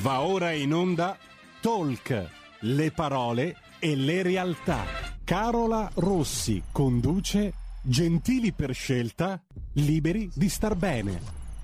Va ora in onda Talk, le parole e le realtà. Carola Rossi conduce Gentili per scelta, liberi di star bene.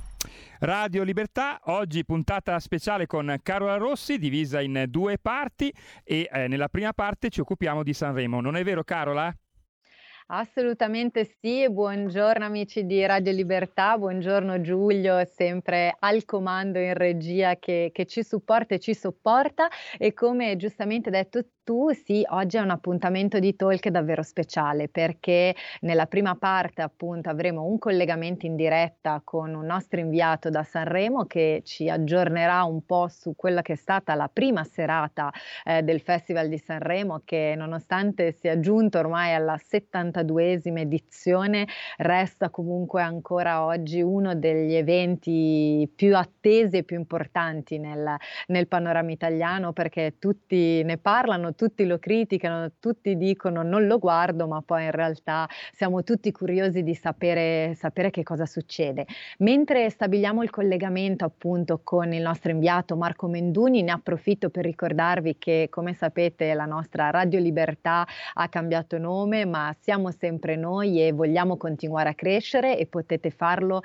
Radio Libertà, oggi puntata speciale con Carola Rossi, divisa in due parti e nella prima parte ci occupiamo di Sanremo. Non è vero, Carola? Assolutamente sì, e buongiorno amici di Radio Libertà, buongiorno Giulio, sempre al comando in regia che ci supporta e ci sopporta, e come giustamente detto tu, sì, oggi è un appuntamento di talk davvero speciale, perché nella prima parte appunto avremo un collegamento in diretta con un nostro inviato da Sanremo che ci aggiornerà un po' su quella che è stata la prima serata del Festival di Sanremo, che nonostante sia giunto ormai alla 72esima edizione, resta comunque ancora oggi uno degli eventi più attesi e più importanti nel panorama italiano, perché tutti ne parlano, tutti lo criticano, tutti dicono non lo guardo, ma poi in realtà siamo tutti curiosi di sapere che cosa succede. Mentre stabiliamo il collegamento appunto con il nostro inviato Marco Menduni, ne approfitto per ricordarvi che, come sapete, la nostra Radio Libertà ha cambiato nome, ma siamo sempre noi e vogliamo continuare a crescere, e potete farlo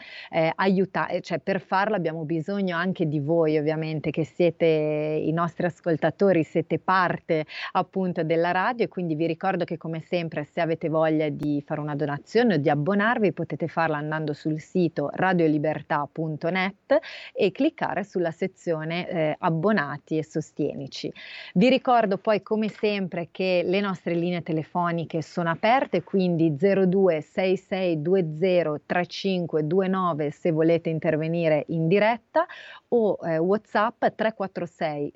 cioè per farlo abbiamo bisogno anche di voi, ovviamente, che siete i nostri ascoltatori, siete parte appunto della radio, e quindi vi ricordo che, come sempre, se avete voglia di fare una donazione o di abbonarvi, potete farlo andando sul sito radiolibertà.net e cliccare sulla sezione abbonati e sostienici. Vi ricordo poi, come sempre, che le nostre linee telefoniche sono aperte, quindi 02 6620 3529 se volete intervenire in diretta, o WhatsApp 346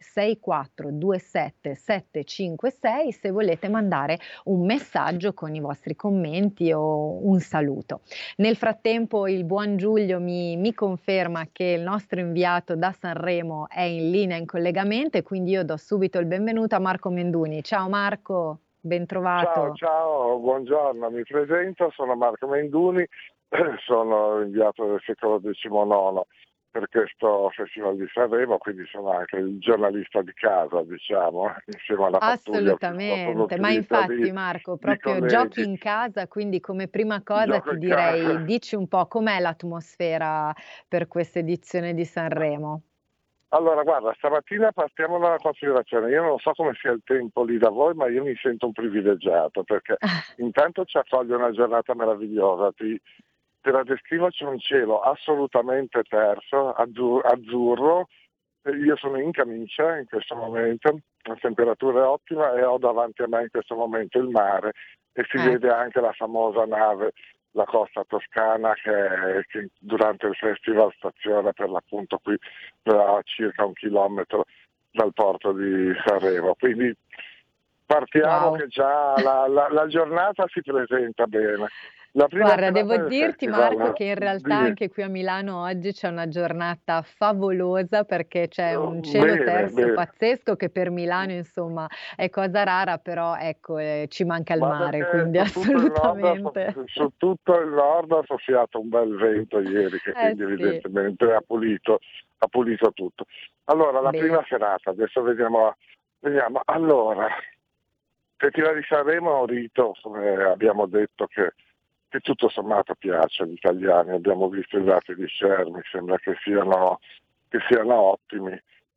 6427 756 se volete mandare un messaggio con i vostri commenti o un saluto. Nel frattempo il buon Giulio mi conferma che il nostro inviato da Sanremo è in linea, in collegamento, e quindi io do subito il benvenuto a Marco Menduni. Ciao Marco, ben trovato. Ciao, buongiorno, mi presento, sono Marco Menduni, sono inviato del secolo XIX per questo Festival di Sanremo, quindi sono anche il giornalista di casa, diciamo, insieme alla pattuglia. Assolutamente, ma infatti Marco, proprio giochi in casa, quindi come prima cosa ti direi, dici un po' com'è l'atmosfera per questa edizione di Sanremo. Allora, guarda, stamattina partiamo dalla considerazione. Io non so come sia il tempo lì da voi, ma io mi sento un privilegiato, perché intanto ci accoglie una giornata meravigliosa. Te la descrivo, c'è un cielo assolutamente terso, azzurro. Io sono in camicia in questo momento, la temperatura è ottima e ho davanti a me in questo momento il mare, e si vede anche la famosa nave, la Costa Toscana, che durante il festival staziona per l'appunto qui a circa 1 chilometro dal porto di Sanremo. Quindi partiamo, che già la giornata si presenta bene. Guarda, devo dirti Marco che in realtà anche qui a Milano oggi c'è una giornata favolosa, perché c'è un cielo terso pazzesco, che per Milano insomma è cosa rara, però ecco, ci manca il mare, quindi assolutamente. Su tutto il nord ha soffiato un bel vento ieri, che quindi evidentemente ha pulito tutto. Allora, la prima serata, adesso vediamo. Allora, Festival di Sanremo è un rito, come abbiamo detto, che tutto sommato piace agli italiani. Abbiamo visto i dati di Share, mi sembra che siano ottimi,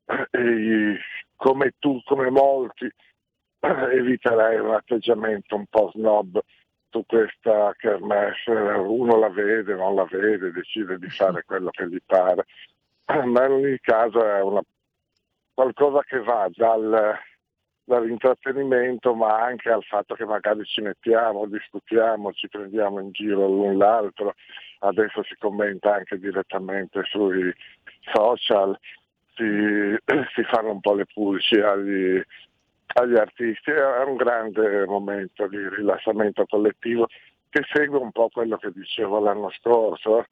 e come molti eviterei un atteggiamento un po' snob su questa kermesse. Uno la vede, non la vede, decide di fare quello che gli pare, ma in ogni caso è qualcosa che va dall'intrattenimento, ma anche al fatto che magari ci mettiamo, discutiamo, ci prendiamo in giro l'un l'altro. Adesso si commenta anche direttamente sui social, si fanno un po' le pulci agli artisti. È un grande momento di rilassamento collettivo, che segue un po' quello che dicevo l'anno scorso.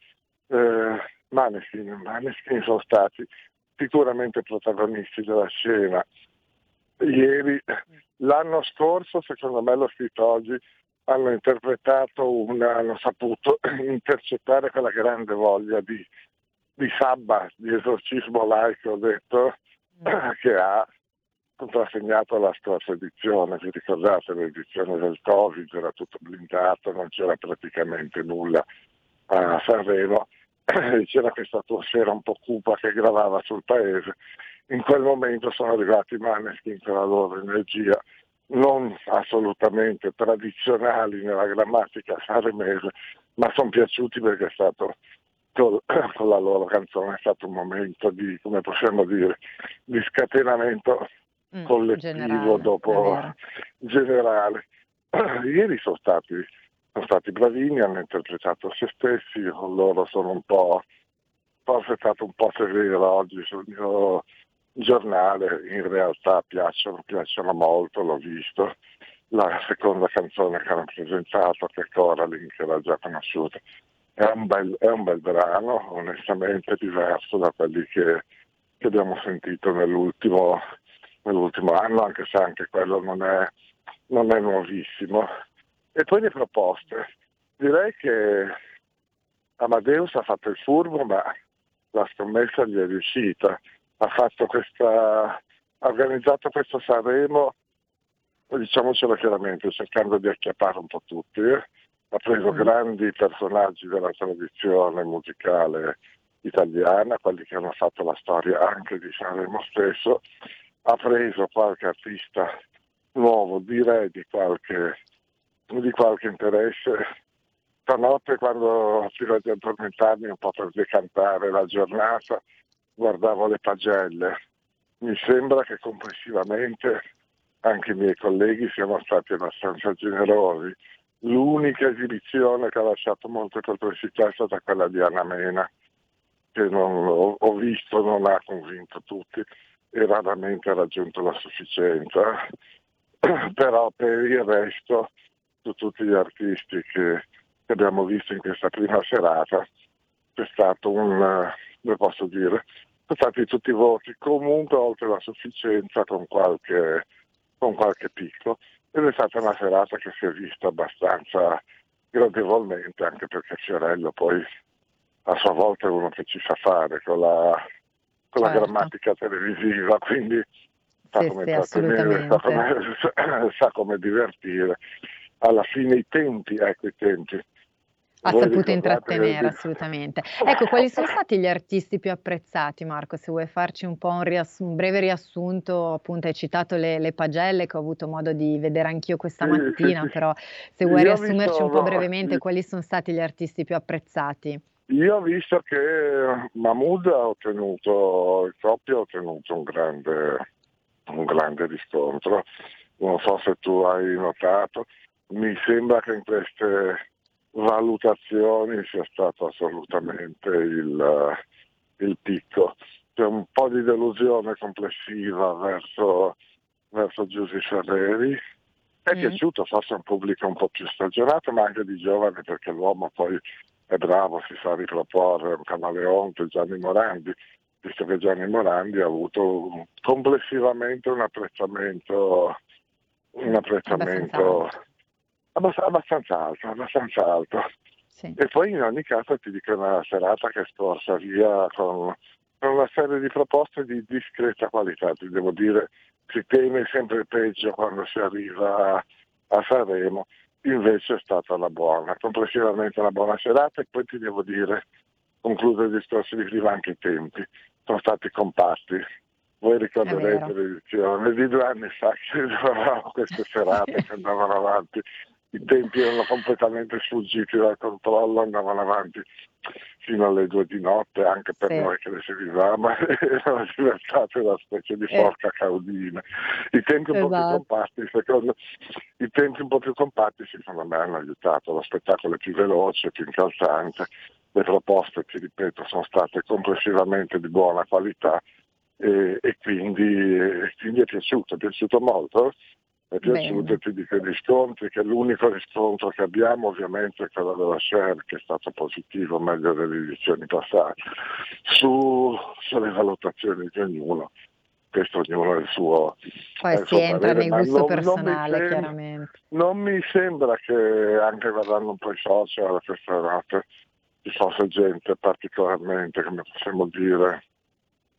Maneskin sono stati sicuramente protagonisti della scena ieri. L'anno scorso, secondo me, l'ho scritto oggi, hanno saputo intercettare quella grande voglia di sabba, di esorcismo laico, ho detto, che ha contrassegnato la scorsa edizione. Vi ricordate l'edizione del Covid, era tutto blindato, non c'era praticamente nulla a Sanremo, c'era questa atmosfera un po' cupa che gravava sul paese. In quel momento sono arrivati i Maneskin con la loro energia, non assolutamente tradizionali nella grammatica sanremese, ma sono piaciuti perché è stato con la loro canzone è stato un momento di, come possiamo dire, di scatenamento collettivo generale, generale. Ieri sono stati bravini, hanno interpretato se stessi, loro sono un po', forse è stato un po' severo oggi sul mio giornale, in realtà piacciono molto, l'ho visto. La seconda canzone che hanno presentato, che è Coraline, che l'ha già conosciuta, è un bel brano, onestamente diverso da quelli che abbiamo sentito nell'ultimo anno, anche se anche quello non è nuovissimo. E poi le proposte. Direi che Amadeus ha fatto il furbo, ma la scommessa gli è riuscita. Ha organizzato questo Sanremo, diciamocelo chiaramente, cercando di acchiappare un po' tutti. Ha preso grandi personaggi della tradizione musicale italiana, quelli che hanno fatto la storia anche di Sanremo stesso. Ha preso qualche artista nuovo, direi di qualche interesse. Stanotte, quando prima di addormentarmi un po' per decantare la giornata, guardavo le pagelle. Mi sembra che complessivamente anche i miei colleghi siamo stati abbastanza generosi. L'unica esibizione che ha lasciato molte perplessità è stata quella di Anna Mena, che ho visto non ha convinto tutti e raramente ha raggiunto la sufficienza. Però per il resto, su tutti gli artisti che abbiamo visto in questa prima serata, c'è stato come posso dire, sono stati tutti voti comunque oltre la sufficienza con qualche picco, ed è stata una serata che si è vista abbastanza gradevolmente, anche perché Fiorello poi a sua volta è uno che ci sa fare con la grammatica televisiva, quindi sa come trattenere, sa come divertire. Alla fine i tempi. Ha saputo intrattenere, assolutamente. Ecco, quali sono stati gli artisti più apprezzati, Marco? Se vuoi farci un po' un breve riassunto, appunto hai citato le pagelle che ho avuto modo di vedere anch'io questa mattina, però se vuoi riassumerci un po' brevemente quali sono stati gli artisti più apprezzati. Io ho visto che Mahmood il coppia ha ottenuto un grande riscontro, non so se tu hai notato, mi sembra che in queste valutazioni sia stato assolutamente il picco. C'è un po' di delusione complessiva verso Giusy Ferreri. È piaciuto forse a un pubblico un po' più stagionato, ma anche di giovane, perché l'uomo poi è bravo, si sa riproporre, è un camaleonte. Gianni Morandi, visto che Gianni Morandi ha avuto complessivamente un apprezzamento abbastanza alto. Sì. E poi in ogni caso ti dico una serata che è scorsa via con una serie di proposte di discreta qualità, ti devo dire, si teme sempre peggio quando si arriva a Sanremo, invece è stata complessivamente una buona serata. E poi ti devo dire, concludo il discorso di prima, anche i tempi sono stati compatti. Voi ricorderete l'edizione di 2 anni fa che avevamo queste serate che andavano avanti, i tempi erano completamente sfuggiti dal controllo, andavano avanti fino alle 2 di notte, anche per noi che le seguivamo, erano diventate una specie di forca caudina. I tempi un po' più compatti secondo me hanno aiutato, lo spettacolo è più veloce, più incalzante, le proposte, ti ripeto, sono state complessivamente di buona qualità. E quindi è piaciuto molto. È piaciuto, ti dico, i riscontri, che l'unico riscontro che abbiamo ovviamente è quello della share, che è stato positivo, meglio delle edizioni passate. Sulle valutazioni di ognuno, questo ognuno è il suo. Poi si entra nel gusto personale, chiaramente. Non mi sembra che, anche guardando un po' i social questa notte, ci fosse gente particolarmente, come possiamo dire,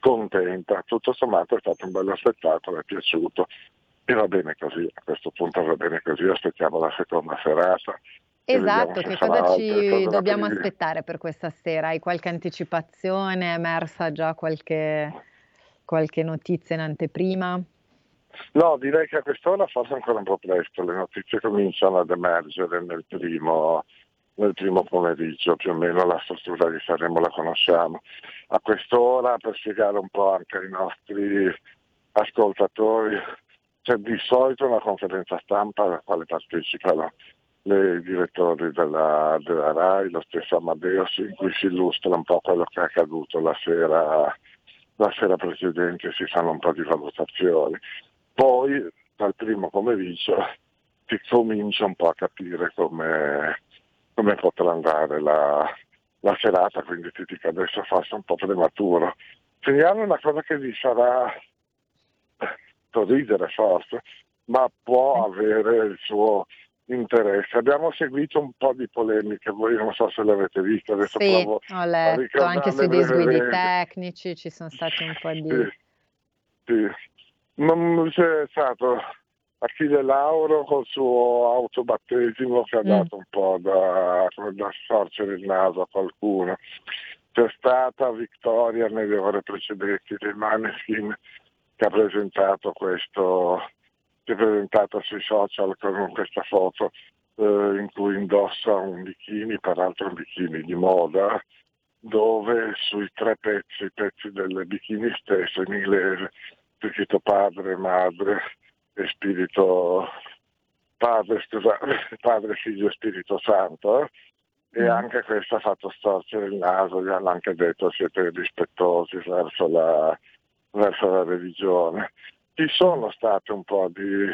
contenta. Tutto sommato è stato un bello spettacolo, è piaciuto e va bene così, a questo punto va bene così, aspettiamo la seconda serata e vediamo Esatto, se che sarà cosa altre ci cose da dobbiamo prima. aspettare per questa sera? Hai qualche anticipazione? È emersa già qualche notizia in anteprima? No, direi che a quest'ora forse è ancora un po' presto, le notizie cominciano ad emergere nel primo pomeriggio, più o meno la struttura di Sanremo la conosciamo. A quest'ora, per spiegare un po' anche ai nostri ascoltatori, c'è di solito una conferenza stampa alla quale partecipano i direttori della RAI, lo stesso Amadeus, in cui si illustra un po' quello che è accaduto la sera precedente, si fanno un po' di valutazioni. Poi dal primo pomeriggio si comincia un po' a capire come potrà andare la serata, quindi ti dico adesso forse un po' prematuro. Segnalo una cosa che vi farà sorridere forse, ma può avere il suo interesse. Abbiamo seguito un po' di polemiche, voi non so se le avete viste, adesso Sì, provo ho a letto, anche ricordarle sui disguidi brevemente. tecnici ci sono stati un po' Sì, di... sì. Non c'è stato Achille Lauro col suo autobattesimo che ha dato un po' da storcere il naso a qualcuno. C'è stata Vittoria nelle ore precedenti dei Maneskin che ha presentato si è presentata sui social con questa foto in cui indossa un bikini, peraltro un bikini di moda, dove sui tre pezzi, i pezzi del bikini stesso in inglese, c'è scritto padre, madre e spirito, padre, figlio e spirito santo, e anche questo ha fatto storcere il naso, gli hanno anche detto siete rispettosi verso la religione. Ci sono state un po'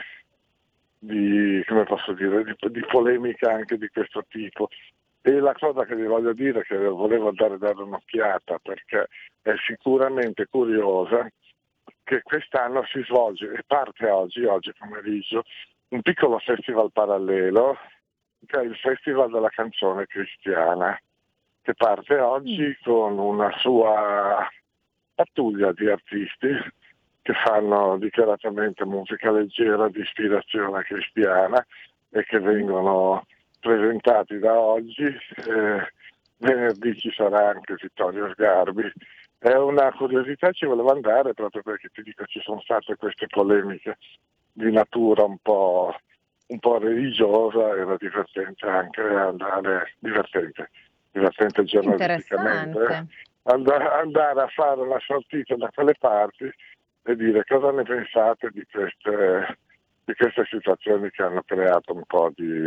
come posso dire, di polemica anche di questo tipo. E la cosa che vi voglio dire, che volevo dare un'occhiata, perché è sicuramente curiosa, che quest'anno si svolge e parte oggi pomeriggio, un piccolo festival parallelo, che è il Festival della canzone cristiana, che parte oggi con una sua pattuglia di artisti che fanno dichiaratamente musica leggera di ispirazione cristiana e che vengono presentati da oggi. Venerdì ci sarà anche Vittorio Sgarbi. È una curiosità, ci volevo andare proprio perché ti dico ci sono state queste polemiche di natura un po' religiosa, era divertente anche andare, divertente giornalisticamente, Interessante. andare a fare una sortita da quelle parti e dire cosa ne pensate di queste situazioni che hanno creato un po' di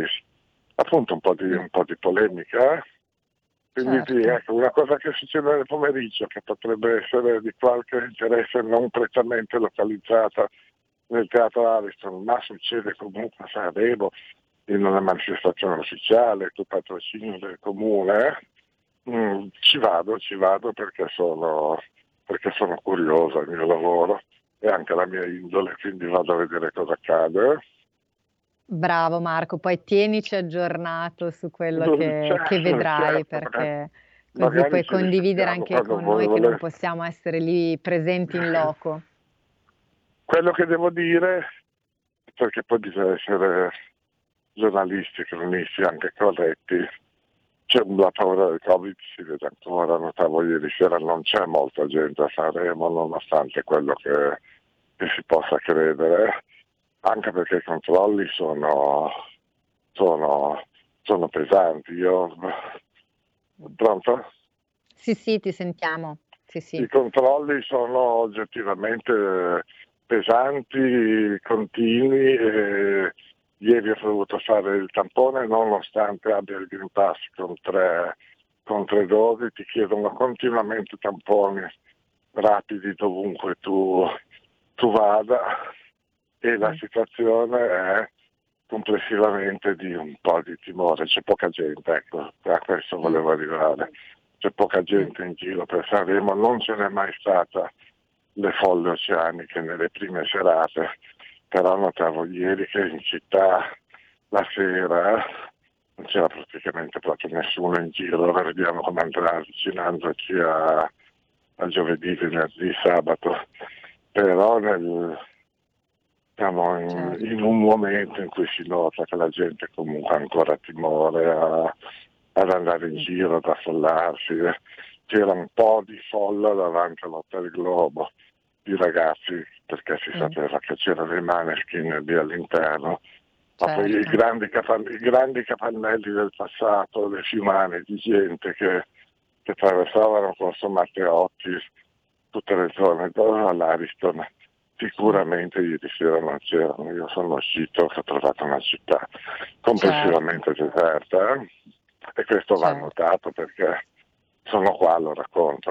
polemica. Quindi Certo. ecco, una cosa che succede nel pomeriggio, che potrebbe essere di qualche interesse non prettamente localizzata nel teatro Ariston, ma succede comunque a Sanremo in una manifestazione ufficiale, tu patrocinio del comune, ci vado perché sono curioso, il mio lavoro e anche la mia indole, quindi vado a vedere cosa accade. Bravo Marco, poi tienici aggiornato su quello che vedrai, Certo, perché così magari puoi ci condividere risentiamo anche quando con noi che non vuole. possiamo essere lì presenti in loco. Quello che devo dire, perché poi bisogna essere giornalisti, cronisti anche corretti, c'è la paura del Covid, si vede ancora, notavo ieri sera non c'è molta gente a Sanremo nonostante quello che si possa credere, anche perché i controlli sono pesanti. Pronto? Sì, ti sentiamo. Sì. I controlli sono oggettivamente pesanti, continui e ieri ho dovuto fare il tampone nonostante abbia il Green Pass con tre dosi, ti chiedono continuamente tamponi rapidi dovunque tu vada e la situazione è complessivamente di un po' di timore, c'è poca gente, ecco, a questo volevo arrivare. C'è poca gente in giro per Sanremo, non ce n'è mai stata le folle oceaniche nelle prime serate, però notavo ieri che in città la sera non c'era praticamente proprio nessuno in giro, ora vediamo come andrà avvicinandoci a giovedì, venerdì, sabato, però siamo in un momento in cui si nota che la gente comunque ha ancora timore ad andare in giro, ad affollarsi. C'era un po' di folla davanti all'Hotel Globo di ragazzi, perché si sapeva che c'erano dei Maneskin lì all'interno. Ma poi i grandi capannelli del passato, le fiumane di gente che attraversavano Corso Matteotti, tutte le zone all'Ariston, sicuramente ieri sera non c'erano. Io sono uscito, ho trovato una città complessivamente deserta, e questo va notato perché sono qua, lo racconto.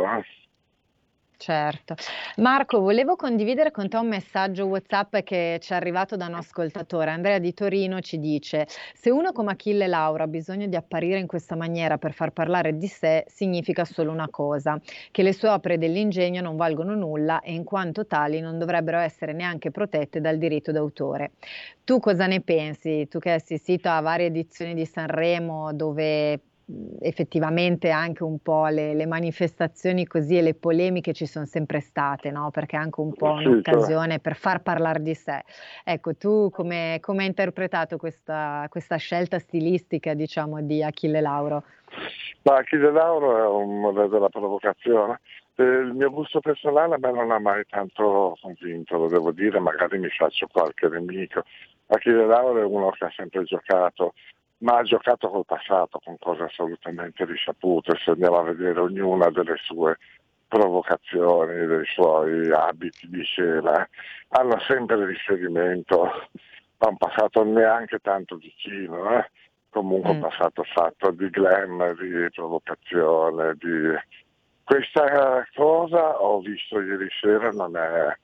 Certo. Marco, volevo condividere con te un messaggio WhatsApp che ci è arrivato da un ascoltatore. Andrea di Torino ci dice: se uno come Achille Lauro ha bisogno di apparire in questa maniera per far parlare di sé, significa solo una cosa, che le sue opere dell'ingegno non valgono nulla e in quanto tali non dovrebbero essere neanche protette dal diritto d'autore. Tu cosa ne pensi? Tu che hai assistito a varie edizioni di Sanremo dove effettivamente anche un po' le manifestazioni così e le polemiche ci sono sempre state, no? Perché è anche un po' un'occasione per far parlare di sé. Ecco, tu come hai interpretato questa scelta stilistica, diciamo, di Achille Lauro? Ma Achille Lauro è un modello della provocazione. Il mio gusto personale a me non ha mai tanto convinto, lo devo dire, magari mi faccio qualche nemico. Achille Lauro è uno che ha sempre giocato, ma ha giocato col passato, con cose assolutamente risapute. Se andiamo a vedere ognuna delle sue provocazioni, dei suoi abiti di scena, hanno sempre riferimento a un passato neanche tanto vicino, comunque un passato fatto di glam, di provocazione, di... Questa cosa ho visto ieri sera non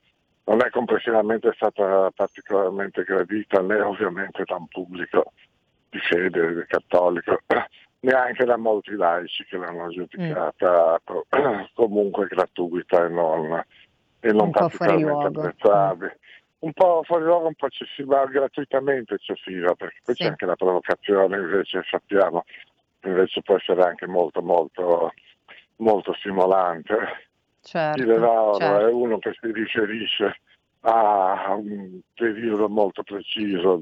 è complessivamente stata particolarmente gradita, né ovviamente da un pubblico di fede cattolico, neanche da molti laici che l'hanno giudicata comunque gratuita e non particolarmente apprezzabile. Un po' fuori luogo, un po' eccessiva, gratuitamente eccessiva, perché poi c'è anche la provocazione, invece sappiamo, invece può essere anche molto molto molto stimolante. Achille Lauro è uno che si riferisce a un periodo molto preciso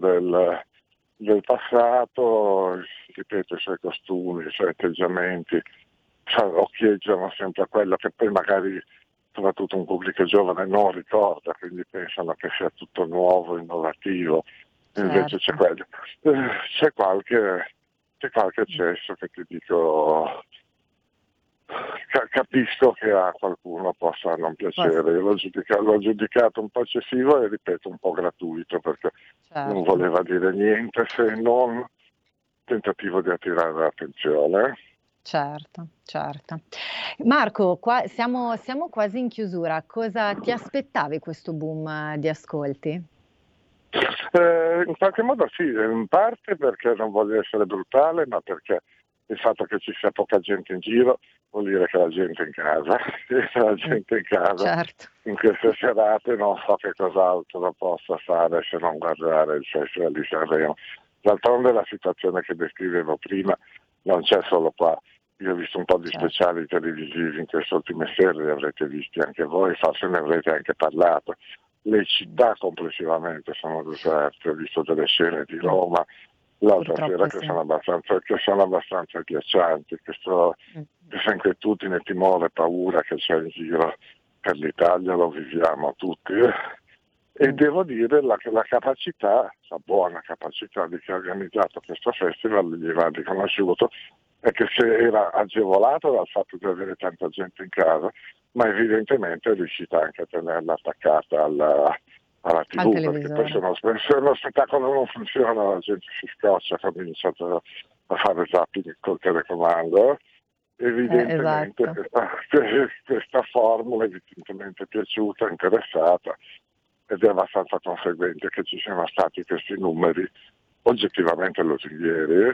del passato, ripeto, i suoi costumi, i suoi atteggiamenti occhieggiano sempre a quello che poi magari soprattutto un pubblico giovane non ricorda, quindi pensano che sia tutto nuovo, innovativo. Invece c'è qualche eccesso che ti dico, capisco che a qualcuno possa non piacere. Io l'ho giudicato un po' eccessivo e ripeto un po' gratuito, perché non voleva dire niente se non tentativo di attirare l'attenzione. Certo. Marco, qua siamo quasi in chiusura. Cosa ti aspettavi questo boom di ascolti? In qualche modo sì, in parte perché non voglio essere brutale, ma perché il fatto che ci sia poca gente in giro vuol dire che la gente è in casa, e se la gente è in casa in queste serate non so che cos'altro possa fare se non guardare il Festival di Sanremo. D'altronde la situazione che descrivevo prima non c'è solo qua. Io ho visto un po' di speciali televisivi in queste ultime sere, li avrete visti anche voi, forse ne avrete anche parlato. Le città complessivamente sono deserte, ho visto delle scene di Roma l'altra sera che sono abbastanza agghiaccianti, questa inquietudine, timore, paura che c'è in giro per l'Italia lo viviamo tutti. E devo dire la capacità, la buona capacità di chi ha organizzato questo festival gli va riconosciuto, è che se era agevolato dal fatto di avere tanta gente in casa, ma evidentemente è riuscita anche a tenerla attaccata alla TV, perché poi se uno spettacolo non funziona la gente si scoccia, ha cominciato a fare zapping col telecomando. Evidentemente questa formula è evidentemente piaciuta, interessata, ed è abbastanza conseguente che ci siano stati questi numeri oggettivamente lusinghieri.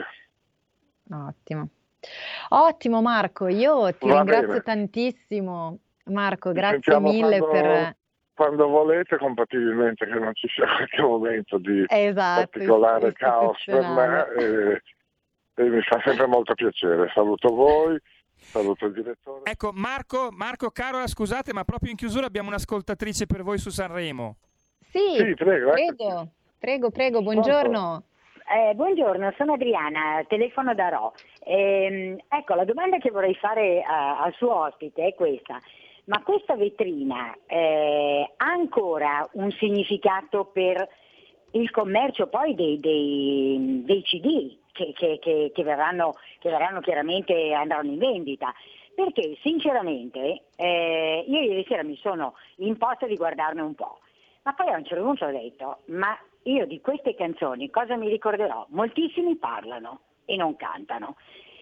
Ottimo Marco, io ti ringrazio tantissimo. Marco, grazie mille quando volete, compatibilmente che non ci sia qualche momento di particolare caos per me, e mi fa sempre molto piacere. Saluto voi, Saluto il direttore. Ecco, Marco, Carola, scusate, ma proprio in chiusura abbiamo un'ascoltatrice per voi su Sanremo. Sì, prego. Prego, buongiorno. Buongiorno, sono Adriana, telefono da Rho. Ecco, la domanda che vorrei fare al suo ospite è questa. Ma questa vetrina ha ancora un significato per il commercio poi dei CD che verranno chiaramente, andranno in vendita? Perché sinceramente io ieri sera mi sono imposta di guardarne un po', ma poi a un certo punto ho detto, ma io di queste canzoni cosa mi ricorderò? Moltissimi parlano e non cantano,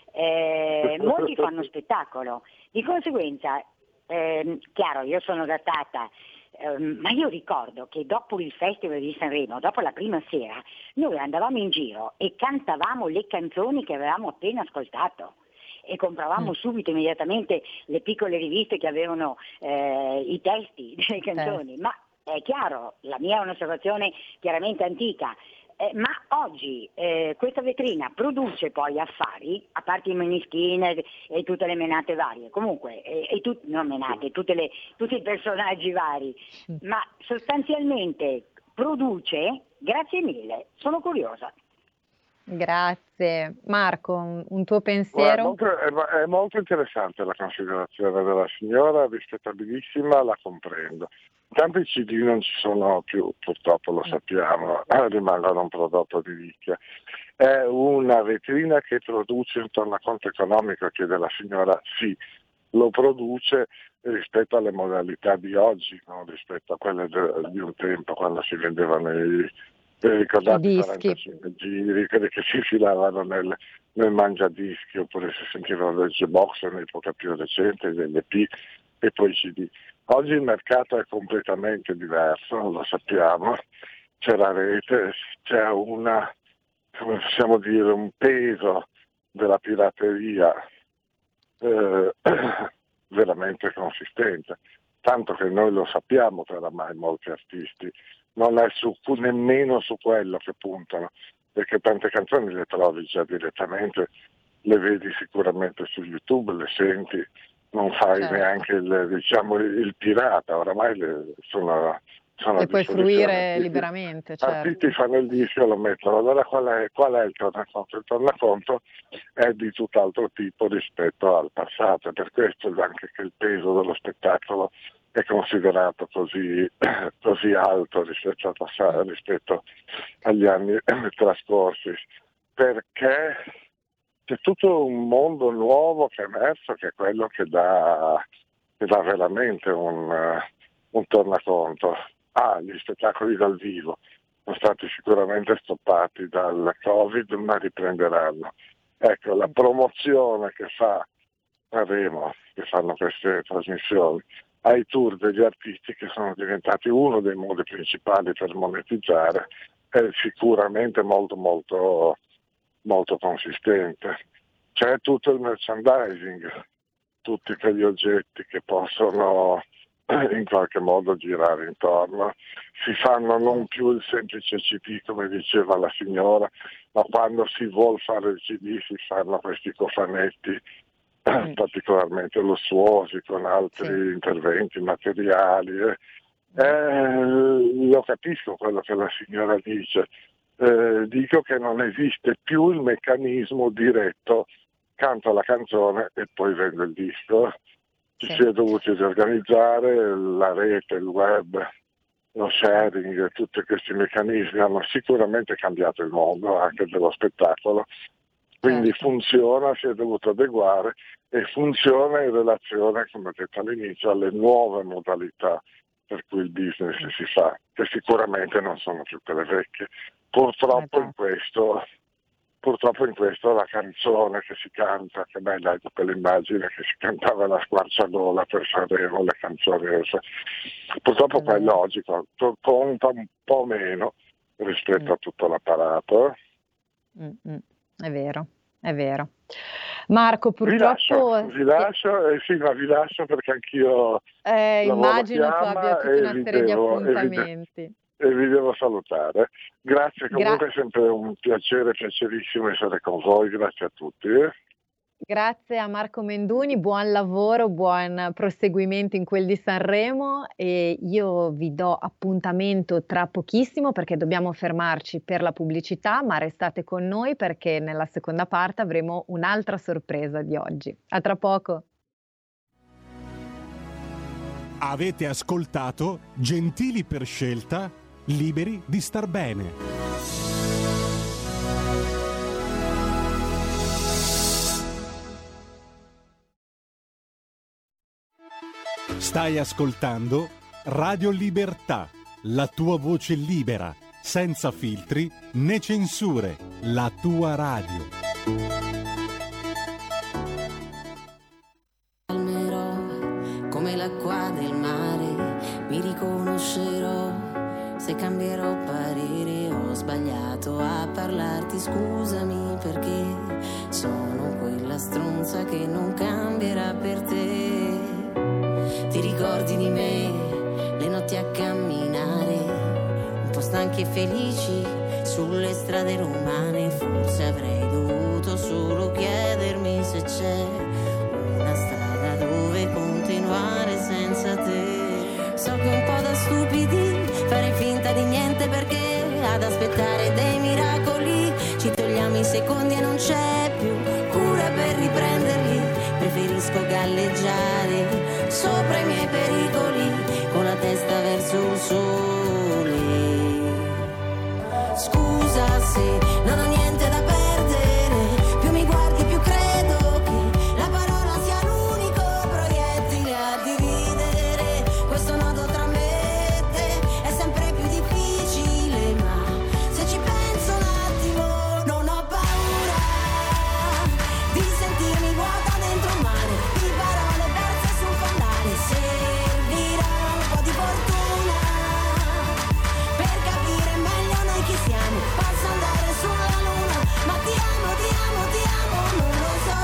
molti fanno spettacolo, di conseguenza, chiaro, io sono datata, ma io ricordo che dopo il Festival di Sanremo, dopo la prima sera, noi andavamo in giro e cantavamo le canzoni che avevamo appena ascoltato e compravamo subito, immediatamente, le piccole riviste che avevano i testi delle canzoni, ma è chiaro, la mia è un'osservazione chiaramente antica, ma oggi questa vetrina produce poi affari, a parte i Måneskin e tutte le menate varie, comunque, non menate, tutti i personaggi vari, ma sostanzialmente produce, grazie mille, sono curiosa. Grazie. Marco, un tuo pensiero? È molto interessante la considerazione della signora, rispettabilissima, la comprendo. Intanto i CD non ci sono più, purtroppo lo sappiamo, rimangono un prodotto di nicchia. È una vetrina che produce un tornaconto economico, che della signora sì, lo produce rispetto alle modalità di oggi, non rispetto a quelle di un tempo quando si vendevano ricordate i 45 giri, quelli che si filavano nel mangiadischi, oppure si sentivano del G-Box nell'epoca più recente, degli EP e poi i CD. Oggi il mercato è completamente diverso, lo sappiamo, c'è la rete, c'è come possiamo dire, un peso della pirateria veramente consistente, tanto che noi lo sappiamo che oramai molti artisti non è nemmeno su quello che puntano, perché tante canzoni le trovi già direttamente, le vedi sicuramente su YouTube, le senti, non fai neanche il pirata, oramai sono le puoi fruire liberamente. Artisti fanno il disco e lo mettono. Allora qual è il tornaconto? Il tornaconto è di tutt'altro tipo rispetto al passato, per questo anche che il peso dello spettacolo è considerato così alto rispetto al passato, rispetto agli anni trascorsi, perché c'è tutto un mondo nuovo che è emerso, che è quello che dà veramente un tornaconto. Gli spettacoli dal vivo sono stati sicuramente stoppati dal Covid, ma riprenderanno. Ecco, la promozione che faremo, che fanno queste trasmissioni, ai tour degli artisti, che sono diventati uno dei modi principali per monetizzare, è sicuramente molto molto molto consistente. C'è tutto il merchandising, tutti quegli oggetti che possono in qualche modo girare intorno, si fanno non più il semplice CD come diceva la signora, ma quando si vuol fare il CD si fanno questi cofanetti particolarmente lussuosi con altri interventi materiali. Io capisco quello che la signora dice, dico che non esiste più il meccanismo diretto, canto la canzone e poi vendo il disco. Ci si è dovuti riorganizzare, la rete, il web, lo sharing, tutti questi meccanismi hanno sicuramente cambiato il mondo anche dello spettacolo, quindi funziona, si è dovuto adeguare e funziona in relazione, come ho detto all'inizio, alle nuove modalità per cui il business si fa, che sicuramente non sono più quelle vecchie. Purtroppo in questo la canzone che si canta, che bella è quell'immagine che si cantava la squarciagola per Sanremo, le canzoni, purtroppo quello oggi conta un po' meno rispetto a tutto l'apparato. È vero. Marco, purtroppo vi lascio perché anch'io immagino tu abbia tutta una serie di appuntamenti. E vi devo salutare. Grazie, comunque è sempre un piacerissimo essere con voi, grazie a tutti. Grazie a Marco Menduni, buon lavoro, buon proseguimento in quel di Sanremo e io vi do appuntamento tra pochissimo perché dobbiamo fermarci per la pubblicità, ma restate con noi perché nella seconda parte avremo un'altra sorpresa di oggi. A tra poco. Avete ascoltato Gentili per scelta, liberi di star bene. Stai ascoltando Radio Libertà, la tua voce libera, senza filtri né censure, la tua radio. Calmerò come l'acqua del mare, mi riconoscerò se cambierò parere. Ho sbagliato a parlarti, scusami perché sono quella stronza che non cambierà per te. Ti ricordi di me, le notti a camminare, un po' stanchi e felici sulle strade romane. Forse avrei dovuto solo chiedermi se c'è una strada dove continuare senza te. So che è un po' da stupidi fare finta di niente, perché ad aspettare dei miracoli ci togliamo i secondi e non c'è più cura per riprenderli. Preferisco galleggiare sopra i miei pericoli, con la testa verso il sole. Scusa se non ho niente da perdere, più mi guardi più credo che la parola sia l'unico proiettile a dividere. Questo nodo tra me e te è sempre più difficile, ma se ci penso un attimo non ho paura di sentirmi vuota dentro un mare di parole perse sul fondale. Servirà un po' di fortuna per capire meglio noi chi siamo. Posso andare sulla luna, ma ti amo, non lo so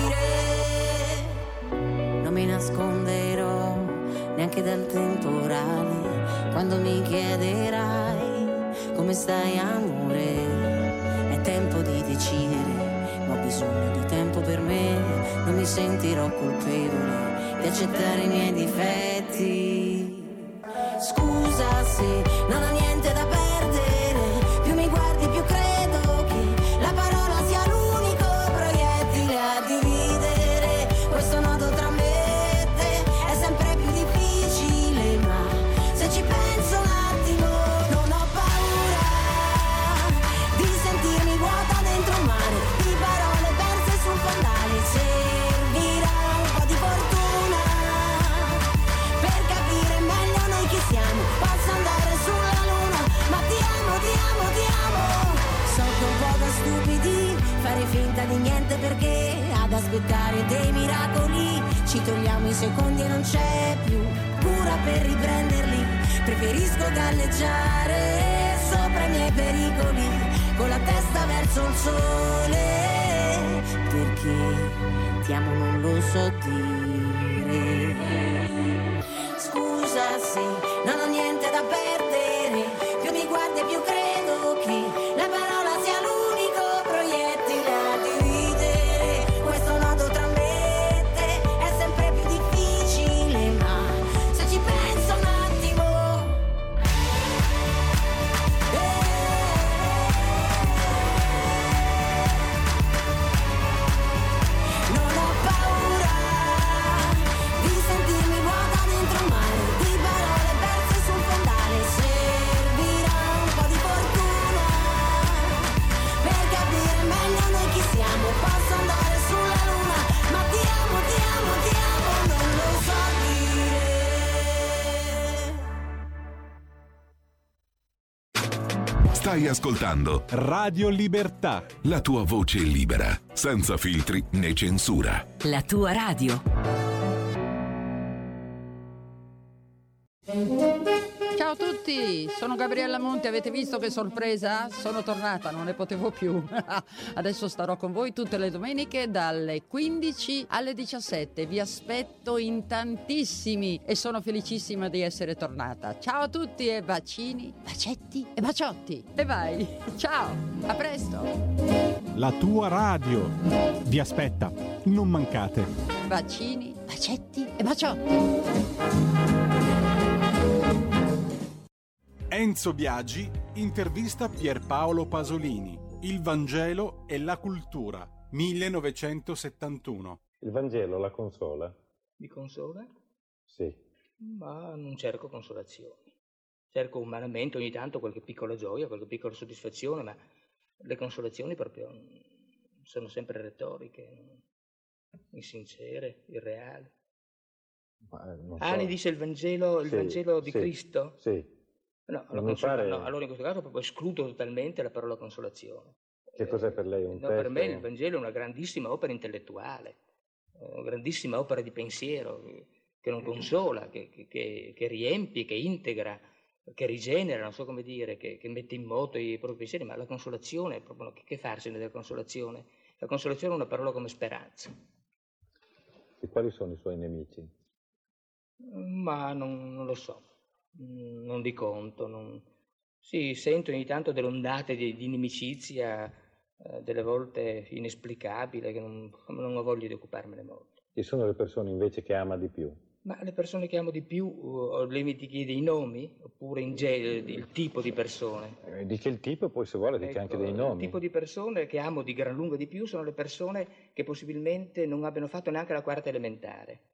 dire. Non mi nasconderò neanche dal temporale quando mi chiederai come stai amore. È tempo di decidere, ma ho bisogno di tempo per me. Non mi sentirò colpevole di accettare i miei difetti. Scusa se non ho niente da perdere, più mi guardi più credo che la parola sia l'unico proiettile a dividere. Questo nodo tra me e te è sempre più difficile, ma se ci penso un attimo non ho paura di sentirmi vuota dentro un mare di parole perse sul fondale. Servirà un po' di fortuna per capire meglio noi chi siamo. Posso andare sulla luna, ma ti amo, So che un po' da stupidi fare finta di niente, perché ad aspettare dei miracoli ci togliamo i secondi e non c'è più cura per riprenderli. Preferisco galleggiare sopra i miei pericoli, con la testa verso il sole, perché ti amo non lo so dire. Scusa se non ho niente da perdere, più mi guardi e più credo che la parola sia l'unico proiettile a dividere. Questo nodo tra me e te è sempre più difficile, ma se ci penso un attimo non ho paura di sentirmi vuota dentro un mare di parole perse sul fondale. Servirà un po' di fortuna per capire meglio noi chi siamo. Posso andare sulla luna, ma ti amo, non lo so dire. Stai ascoltando Radio Libertà. la tua voce libera, senza filtri né censura. La tua radio. Ciao Ciao a tutti, sono Gabriella Monti, avete visto che sorpresa? Sono tornata, non ne potevo più. Adesso starò con voi tutte le domeniche dalle 15 alle 17. Vi aspetto in tantissimi e sono felicissima di essere tornata. Ciao a tutti e bacini, bacetti e baciotti. E vai, ciao, a presto. La tua radio vi aspetta, non mancate. Bacini, bacetti e baciotti. Enzo Biagi intervista Pierpaolo Pasolini. Il Vangelo e la cultura, 1971. Il Vangelo la consola? Mi consola? Sì. Ma non cerco consolazioni. Cerco umanamente ogni tanto qualche piccola gioia, qualche piccola soddisfazione, ma le consolazioni proprio sono sempre retoriche, insincere, irreali. Ne dice il Vangelo di Cristo? Sì. No, allora in questo caso proprio escludo totalmente la parola consolazione. Che cos'è per lei un testo? Per me il Vangelo è una grandissima opera intellettuale, una grandissima opera di pensiero che non consola, che riempie, che integra, che rigenera, non so come dire, che mette in moto i propri pensieri, ma la consolazione, proprio, che farsene della consolazione? La consolazione è una parola come speranza. E quali sono i suoi nemici? Ma non lo so. Non di conto, sì, sento ogni tanto delle ondate di inimicizia, delle volte inesplicabile, che non ho voglia di occuparmene molto. Chi sono le persone invece che ama di più? Ma le persone che amo di più, lei mi chiede i nomi, oppure in genere il tipo di persone? Dice il tipo e poi se vuole dice anche dei nomi. Il tipo di persone che amo di gran lunga di più sono le persone che possibilmente non abbiano fatto neanche la quarta elementare.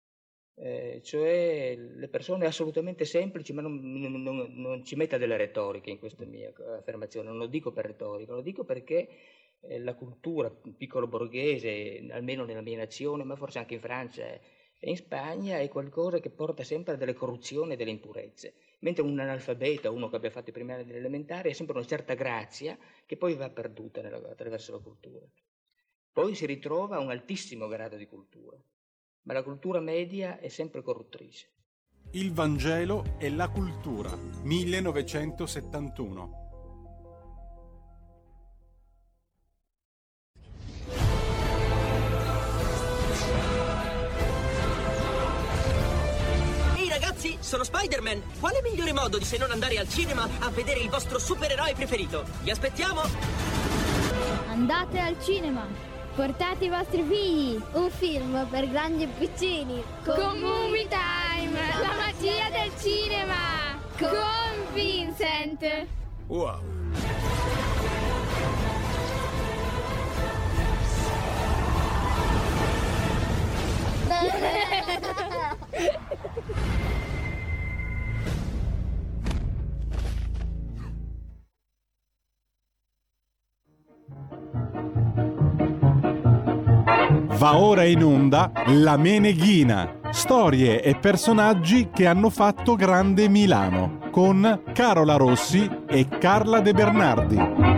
Cioè le persone assolutamente semplici, ma non ci metta delle retoriche in questa mia affermazione, non lo dico per retorica, lo dico perché la cultura piccolo borghese, almeno nella mia nazione, ma forse anche in Francia e in Spagna, è qualcosa che porta sempre a delle corruzioni e delle impurezze, mentre un analfabeta, uno che abbia fatto i primi anni dell'elementare, ha sempre una certa grazia che poi va perduta attraverso la cultura. Poi si ritrova a un altissimo grado di cultura. Ma la cultura media è sempre corruttrice. Il Vangelo e la cultura, 1971. Ehi ragazzi, sono Spider-Man! Quale migliore modo di se non andare al cinema a vedere il vostro supereroe preferito? Vi aspettiamo! Andate al cinema! Portate i vostri figli! Un film per grandi e piccini! Con Movie Time! La magia del cinema! Con Vincent! Wow! Va ora in onda La Meneghina, storie e personaggi che hanno fatto grande Milano, con Carola Rossi e Carla De Bernardi.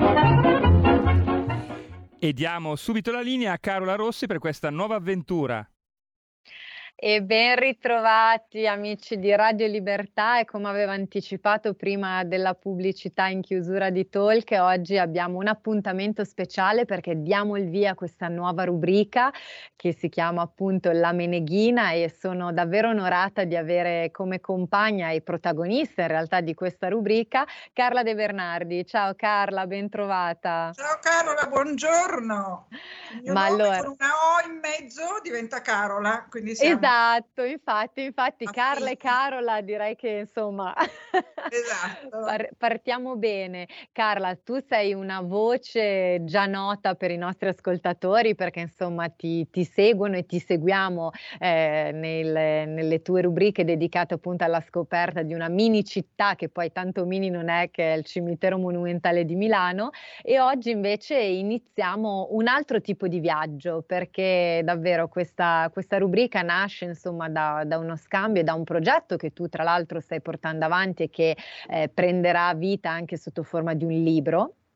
E diamo subito la linea a Carola Rossi per questa nuova avventura. E ben ritrovati amici di Radio Libertà, e come avevo anticipato prima della pubblicità in chiusura di Talk, oggi abbiamo un appuntamento speciale perché diamo il via a questa nuova rubrica che si chiama appunto La Meneghina, e sono davvero onorata di avere come compagna e protagonista in realtà di questa rubrica Carla De Bernardi. Ciao Carla, ben trovata. Ciao Carola, buongiorno. Il mio nome con una O in mezzo diventa Carola, quindi siamo... Esatto, infatti Carla e Carola direi che insomma esatto. Partiamo bene. Carla, tu sei una voce già nota per i nostri ascoltatori perché insomma ti seguono e ti seguiamo nelle tue rubriche dedicate appunto alla scoperta di una mini città che poi tanto mini non è, che è il cimitero monumentale di Milano, e oggi invece iniziamo un altro tipo di viaggio perché davvero questa rubrica nasce insomma da uno scambio e da un progetto che tu tra l'altro stai portando avanti e che prenderà vita anche sotto forma di un libro.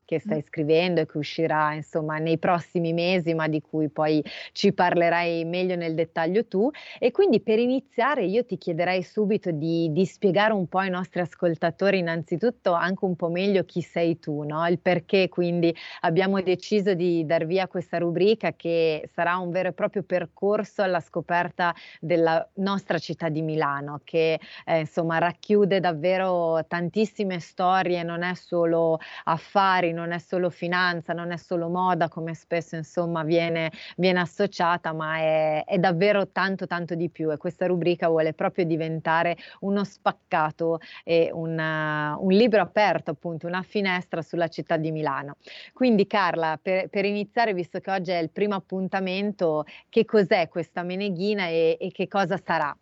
che stai scrivendo e che uscirà insomma nei prossimi mesi, ma di cui poi ci parlerai meglio nel dettaglio tu. E quindi per iniziare io ti chiederei subito di spiegare un po' ai nostri ascoltatori innanzitutto anche un po' meglio chi sei tu, no? Il perché quindi abbiamo deciso di dar via a questa rubrica che sarà un vero e proprio percorso alla scoperta della nostra città di Milano, che insomma racchiude davvero tantissime storie, non è solo affari, non è solo finanza, non è solo moda come spesso insomma viene associata, ma è davvero tanto di più, e questa rubrica vuole proprio diventare uno spaccato e un libro aperto, appunto una finestra sulla città di Milano. Quindi Carla, per iniziare, visto che oggi è il primo appuntamento, che cos'è questa Meneghina e che cosa sarà?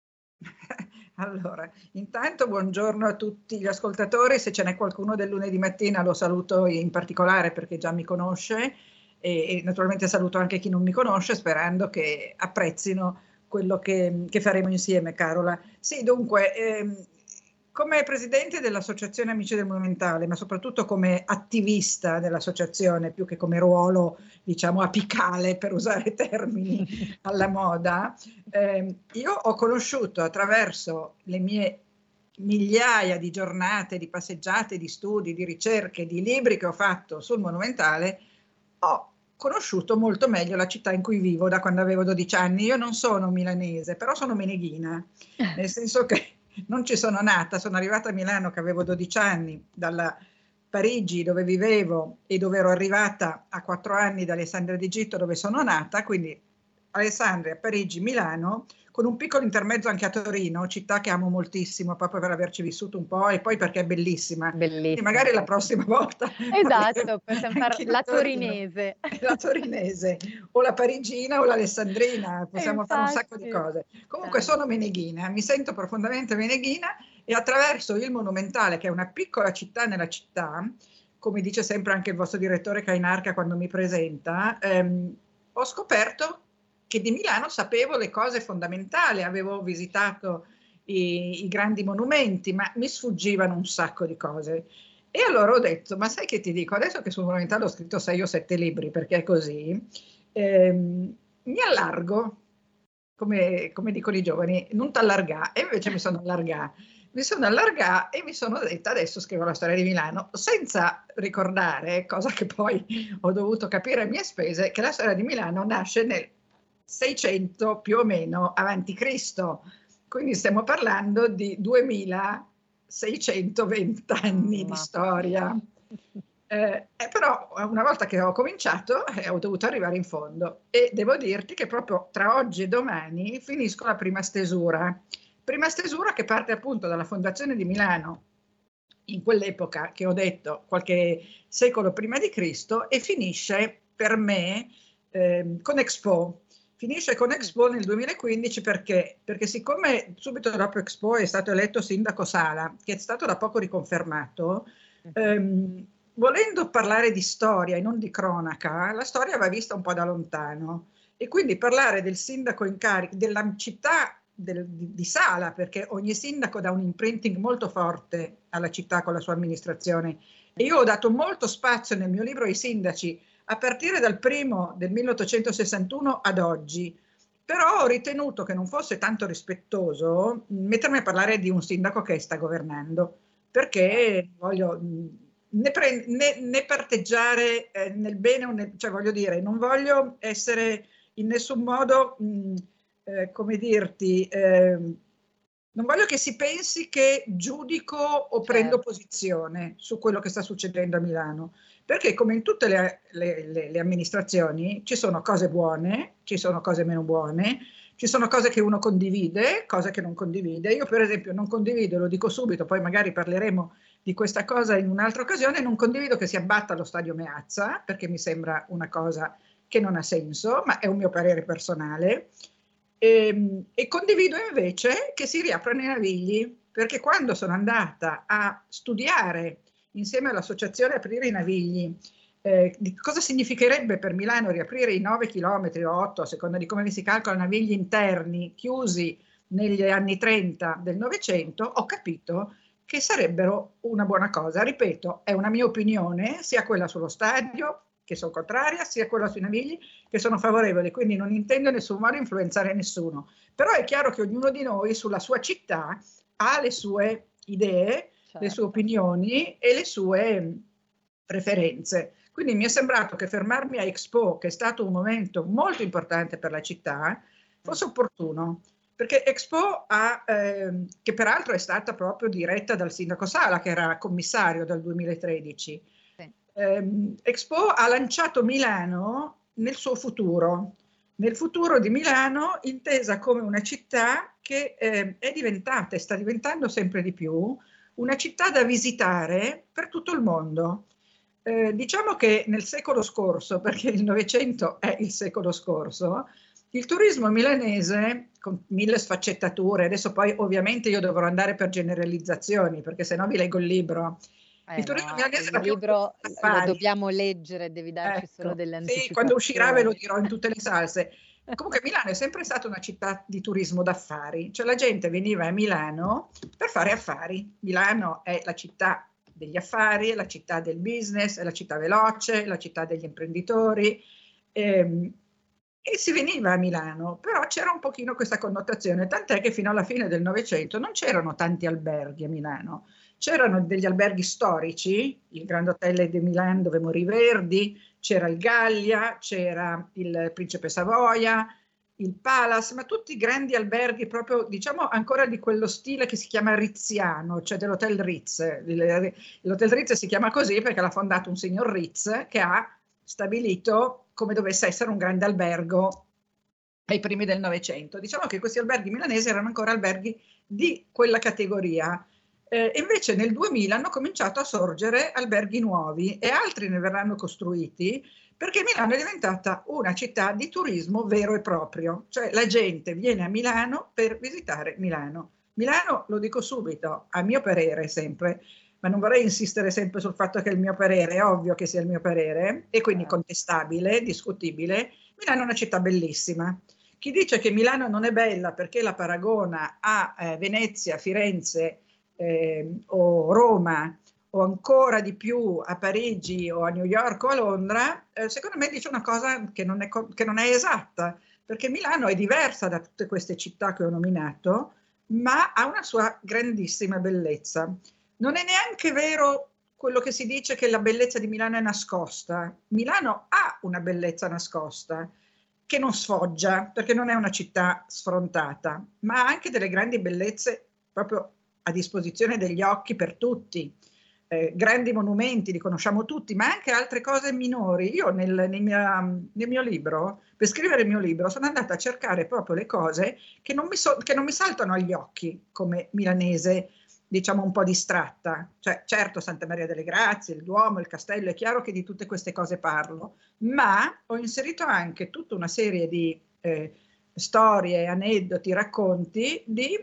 Allora, intanto buongiorno a tutti gli ascoltatori, se ce n'è qualcuno del lunedì mattina lo saluto in particolare perché già mi conosce e naturalmente saluto anche chi non mi conosce sperando che apprezzino quello che faremo insieme, Carola. Sì, dunque, come presidente dell'Associazione Amici del Monumentale, ma soprattutto come attivista dell'associazione, più che come ruolo, diciamo, apicale, per usare termini alla moda, io ho conosciuto attraverso le mie migliaia di giornate, di passeggiate, di studi, di ricerche, di libri che ho fatto sul Monumentale, ho conosciuto molto meglio la città in cui vivo da quando avevo 12 anni. Io non sono milanese, però sono meneghina, nel senso che non ci sono nata, sono arrivata a Milano che avevo 12 anni, dalla Parigi dove vivevo e dove ero arrivata a 4 anni da Alessandria d'Egitto dove sono nata, quindi Alessandria, Parigi, Milano, con un piccolo intermezzo anche a Torino, città che amo moltissimo proprio per averci vissuto un po' e poi perché è bellissima. E magari la prossima volta. Esatto, possiamo fare la torinese. La torinese, o la parigina o l'alessandrina, possiamo fare un sacco di cose. Comunque sono meneghina, mi sento profondamente meneghina e attraverso il Monumentale, che è una piccola città nella città, come dice sempre anche il vostro direttore Cainarca quando mi presenta, ho scoperto che di Milano sapevo le cose fondamentali, avevo visitato i grandi monumenti, ma mi sfuggivano un sacco di cose. E allora ho detto, ma sai che ti dico, adesso che sul Monumentale ho scritto 6 o 7 libri, perché è così, mi allargo, come dicono i giovani, non t'allargà, e invece mi sono allargata. Mi sono allargata e mi sono detta adesso scrivo la storia di Milano, senza ricordare, cosa che poi ho dovuto capire a mie spese, che la storia di Milano nasce nel 600 più o meno avanti Cristo, quindi stiamo parlando di 2620 anni di storia. Però una volta che ho cominciato ho dovuto arrivare in fondo e devo dirti che proprio tra oggi e domani finisco la prima stesura che parte appunto dalla fondazione di Milano in quell'epoca che ho detto qualche secolo prima di Cristo e finisce per me con Expo. Finisce con Expo nel 2015 perché siccome subito dopo Expo è stato eletto sindaco Sala, che è stato da poco riconfermato, volendo parlare di storia e non di cronaca, la storia va vista un po' da lontano e quindi parlare del sindaco in carica, della città di Sala, perché ogni sindaco dà un imprinting molto forte alla città con la sua amministrazione. E io ho dato molto spazio nel mio libro ai sindaci, a partire dal primo del 1861 ad oggi, però ho ritenuto che non fosse tanto rispettoso mettermi a parlare di un sindaco che sta governando, perché voglio né parteggiare nel bene o cioè voglio dire, non voglio essere in nessun modo, come dirti, non voglio che si pensi che giudico o prendo posizione su quello che sta succedendo a Milano, perché come in tutte le amministrazioni ci sono cose buone, ci sono cose meno buone, ci sono cose che uno condivide, cose che non condivide. Io per esempio non condivido, lo dico subito, poi magari parleremo di questa cosa in un'altra occasione, non condivido che si abbatta lo stadio Meazza, perché mi sembra una cosa che non ha senso, ma è un mio parere personale. E condivido invece che si riaprano i Navigli, perché quando sono andata a studiare insieme all'associazione Aprire i Navigli di cosa significherebbe per Milano riaprire i 9 chilometri o 8, a seconda di come si calcola, navigli interni chiusi negli anni 30 del Novecento, ho capito che sarebbero una buona cosa. Ripeto, è una mia opinione, sia quella sullo stadio, che sono contraria, sia quella sui Navigli, che sono favorevoli, quindi non intendo in nessun modo influenzare nessuno. Però è chiaro che ognuno di noi sulla sua città ha le sue idee, le sue opinioni e le sue preferenze. Quindi mi è sembrato che fermarmi a Expo, che è stato un momento molto importante per la città, fosse opportuno, perché Expo che peraltro è stata proprio diretta dal sindaco Sala, che era commissario dal 2013. Expo ha lanciato Milano nel suo futuro, nel futuro di Milano intesa come una città che è diventata e sta diventando sempre di più una città da visitare per tutto il mondo. Diciamo che nel secolo scorso, perché il Novecento è il secolo scorso, il turismo milanese, con 1000 sfaccettature, adesso poi ovviamente io dovrò andare per generalizzazioni, perché se no vi leggo il libro. Il turismo milanese il libro lo dobbiamo leggere, devi darci solo delle anticipazioni. Sì, quando uscirà ve lo dirò in tutte le salse. Comunque Milano è sempre stata una città di turismo d'affari, cioè la gente veniva a Milano per fare affari. Milano è la città degli affari, è la città del business, è la città veloce, è la città degli imprenditori, e si veniva a Milano, però c'era un pochino questa connotazione, tant'è che fino alla fine del Novecento non c'erano tanti alberghi a Milano, c'erano degli alberghi storici, il Grand Hotel de Milan dove morì Verdi, c'era il Gallia, c'era il Principe Savoia, il Palace, ma tutti grandi alberghi proprio, diciamo, ancora di quello stile che si chiama rizziano, cioè dell'Hotel Ritz. L'Hotel Ritz si chiama così perché l'ha fondato un signor Ritz che ha stabilito come dovesse essere un grande albergo ai primi del Novecento. Diciamo che questi alberghi milanesi erano ancora alberghi di quella categoria. Invece nel 2000 hanno cominciato a sorgere alberghi nuovi e altri ne verranno costruiti perché Milano è diventata una città di turismo vero e proprio, cioè la gente viene a Milano per visitare Milano. Milano, lo dico subito, a mio parere sempre, ma non vorrei insistere sempre sul fatto che è il mio parere, è ovvio che sia il mio parere e quindi contestabile, discutibile, Milano è una città bellissima. Chi dice che Milano non è bella perché la paragona a Venezia, Firenze, o Roma o ancora di più a Parigi o a New York o a Londra, secondo me dice una cosa che non è esatta, perché Milano è diversa da tutte queste città che ho nominato, ma ha una sua grandissima bellezza. Non è neanche vero quello che si dice che la bellezza di Milano è nascosta. Milano ha una bellezza nascosta che non sfoggia, perché non è una città sfrontata, ma ha anche delle grandi bellezze proprio a disposizione degli occhi per tutti, grandi monumenti, li conosciamo tutti, ma anche altre cose minori. Io nel mio libro, per scrivere il mio libro, sono andata a cercare proprio le cose che non mi saltano agli occhi come milanese, diciamo un po' distratta. Cioè, certo, Santa Maria delle Grazie, il Duomo, il Castello, è chiaro che di tutte queste cose parlo, ma ho inserito anche tutta una serie di storie, aneddoti, racconti di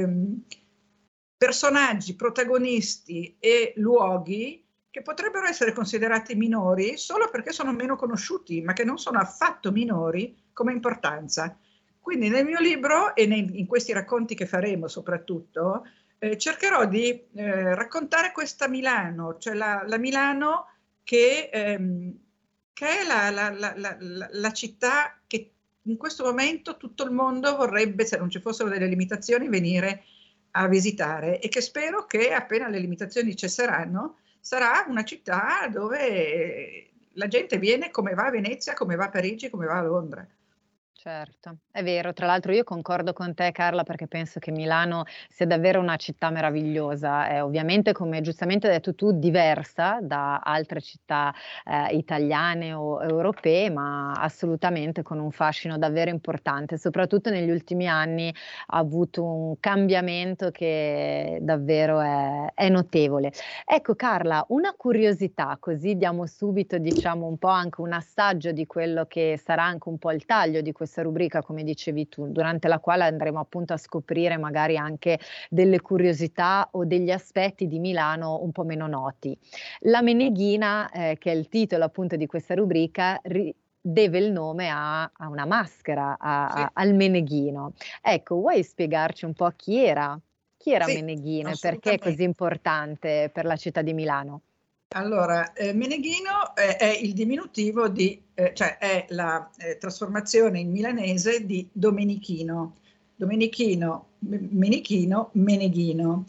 personaggi, protagonisti e luoghi che potrebbero essere considerati minori solo perché sono meno conosciuti, ma che non sono affatto minori come importanza. Quindi nel mio libro e in questi racconti che faremo soprattutto, cercherò di raccontare questa Milano, cioè la Milano che è la città che in questo momento tutto il mondo vorrebbe, se non ci fossero delle limitazioni, venire a visitare, e che spero che appena le limitazioni cesseranno sarà una città dove la gente viene come va a Venezia, come va a Parigi, come va a Londra. Certo, è vero. Tra l'altro io concordo con te, Carla, perché penso che Milano sia davvero una città meravigliosa. È ovviamente, come giustamente hai detto tu, diversa da altre città italiane o europee, ma assolutamente con un fascino davvero importante. Soprattutto negli ultimi anni ha avuto un cambiamento che davvero è notevole. Ecco, Carla, una curiosità, così diamo subito, diciamo, un po' anche un assaggio di quello che sarà anche un po' il taglio di questa rubrica, come dicevi tu, durante la quale andremo appunto a scoprire magari anche delle curiosità o degli aspetti di Milano un po' meno noti. La Meneghina, che è il titolo appunto di questa rubrica, deve il nome a una maschera, al Meneghino. Ecco, vuoi spiegarci un po' chi era Chi era Sì, Meneghino e perché è assolutamente. così importante per la città di Milano? Allora, Meneghino è il diminutivo cioè è la trasformazione in milanese di Domenichino. Domenichino, Menichino, Meneghino.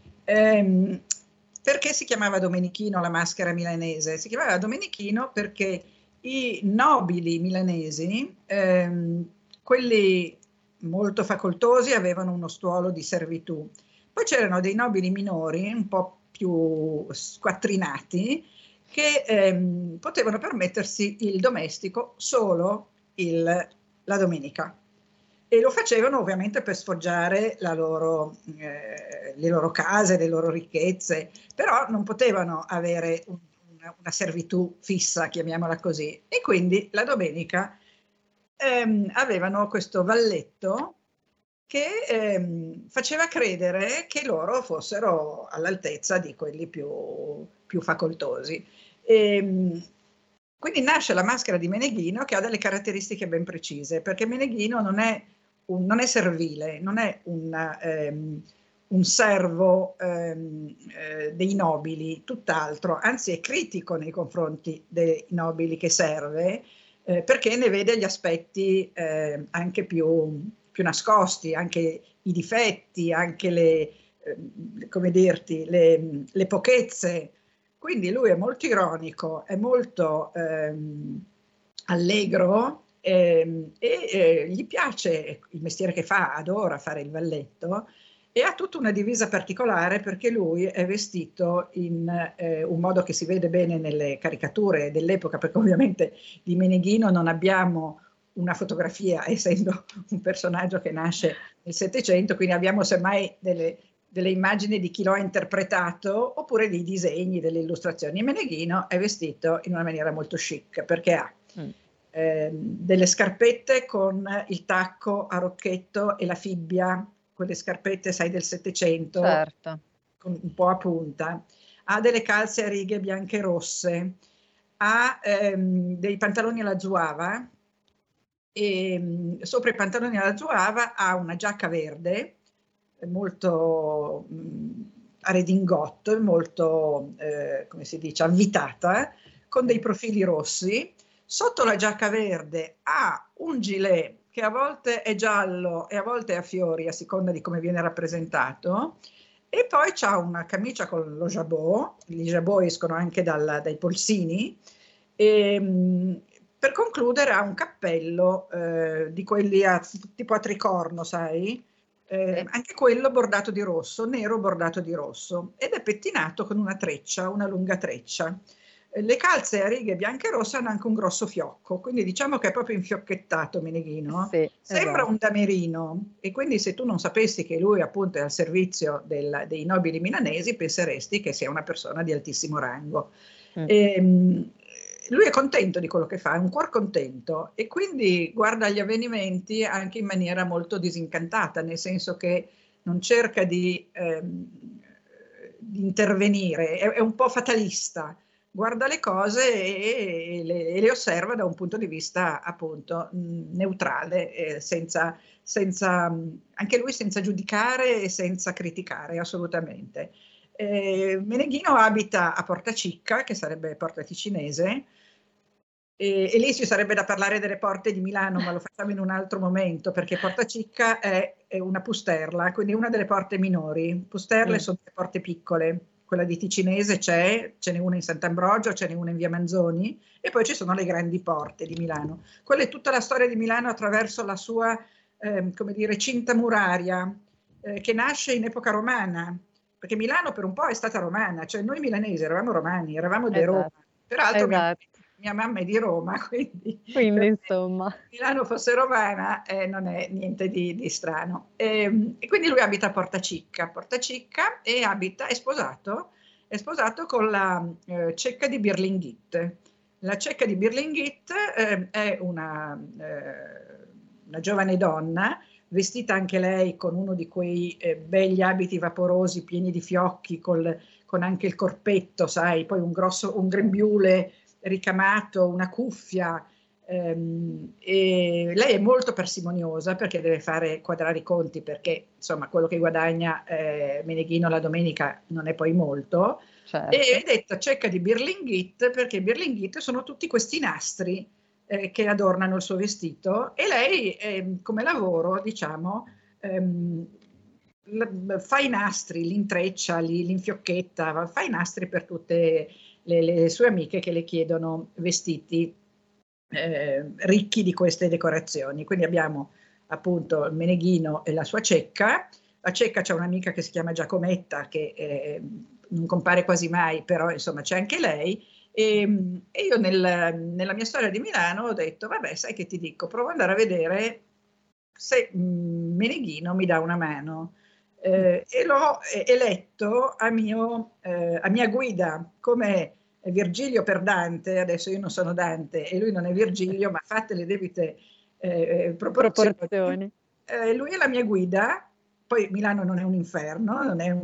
Perché si chiamava Domenichino la maschera milanese? Si chiamava Domenichino perché i nobili milanesi, quelli molto facoltosi, avevano uno stuolo di servitù. Poi c'erano dei nobili minori, un po' più squattrinati, che potevano permettersi il domestico solo la domenica. E lo facevano ovviamente per sfoggiare le loro case, le loro ricchezze, però non potevano avere una servitù fissa, chiamiamola così. E quindi la domenica avevano questo valletto che faceva credere che loro fossero all'altezza di quelli più facoltosi. Quindi nasce la maschera di Meneghino, che ha delle caratteristiche ben precise, perché Meneghino non è servile, non è un servo dei nobili, tutt'altro, anzi è critico nei confronti dei nobili che serve, perché ne vede gli aspetti anche più nascosti, anche i difetti, anche le pochezze. Quindi lui è molto ironico, è molto allegro e gli piace il mestiere che fa, adora fare il valletto e ha tutta una divisa particolare perché lui è vestito in un modo che si vede bene nelle caricature dell'epoca, perché ovviamente di Meneghino non abbiamo una fotografia, essendo un personaggio che nasce nel Settecento, quindi abbiamo semmai delle immagini di chi lo ha interpretato oppure dei disegni, delle illustrazioni. Meneghino è vestito in una maniera molto chic perché ha delle scarpette con il tacco a rocchetto e la fibbia, quelle scarpette, sai, del Settecento, certo, con un po' a punta, ha delle calze a righe bianche e rosse, ha dei pantaloni alla zuava e sopra i pantaloni alla zuava ha una giacca verde molto a redingote, molto come si dice, avvitata, con dei profili rossi. Sotto la giacca verde ha un gilet che a volte è giallo e a volte è a fiori, a seconda di come viene rappresentato, e poi c'ha una camicia con lo jabot, gli jabot escono anche dai polsini, e per concludere ha un cappello di quelli tipo a tricorno, sai? Anche quello bordato di rosso, nero bordato di rosso, ed è pettinato con una treccia, una lunga treccia. Le calze a righe bianche e rosse hanno anche un grosso fiocco, quindi diciamo che è proprio infiocchettato Meneghino. Sì, sembra esatto. Un damerino, e quindi se tu non sapessi che lui appunto è al servizio dei nobili milanesi penseresti che sia una persona di altissimo rango. Lui è contento di quello che fa, è un cuor contento, e quindi guarda gli avvenimenti anche in maniera molto disincantata, nel senso che non cerca di intervenire, è un po' fatalista, guarda le cose e le osserva da un punto di vista appunto neutrale, anche lui senza giudicare e senza criticare assolutamente. Meneghino abita a Porta Cicca, che sarebbe Porta Ticinese, e lì ci sarebbe da parlare delle porte di Milano, ma lo facciamo in un altro momento, perché Porta Cicca è una pusterla, quindi una delle porte minori. Pusterle sono delle porte piccole, quella di Ticinese ce n'è una in Sant'Ambrogio, ce n'è una in via Manzoni, e poi ci sono le grandi porte di Milano. Quella è tutta la storia di Milano attraverso la sua come dire, cinta muraria, che nasce in epoca romana, perché Milano per un po' è stata romana, cioè noi milanesi eravamo romani, eravamo di Roma, peraltro mia mamma è di Roma, quindi insomma Milano fosse romana non è niente di strano. E quindi lui abita a Porta Cicca e è sposato con la cecca di Birlinghit. La cecca di Birlinghit è una giovane donna, vestita anche lei con uno di quei begli abiti vaporosi pieni di fiocchi, con anche il corpetto, sai, poi un grembiule ricamato, una cuffia, E lei è molto parsimoniosa perché deve fare quadrare i conti, perché insomma quello che guadagna Meneghino la domenica non è poi molto. Certo. E è detta cieca di Birlinghit perché i Birlinghit sono tutti questi nastri che adornano il suo vestito, e lei come lavoro, diciamo, fa i nastri, li intreccia, li infiocchetta, fa i nastri per tutte le sue amiche che le chiedono vestiti ricchi di queste decorazioni. Quindi abbiamo appunto il Meneghino e la sua cieca. La cieca c'è un'amica che si chiama Giacometta, che non compare quasi mai, però insomma c'è anche lei. E io nella mia storia di Milano ho detto, vabbè, sai che ti dico, provo ad andare a vedere se Meneghino mi dà una mano. E l'ho eletto a mia guida come Virgilio per Dante. Adesso io non sono Dante e lui non è Virgilio, ma fatte le debite proporzioni. Lui è la mia guida. Poi Milano non è un inferno, non è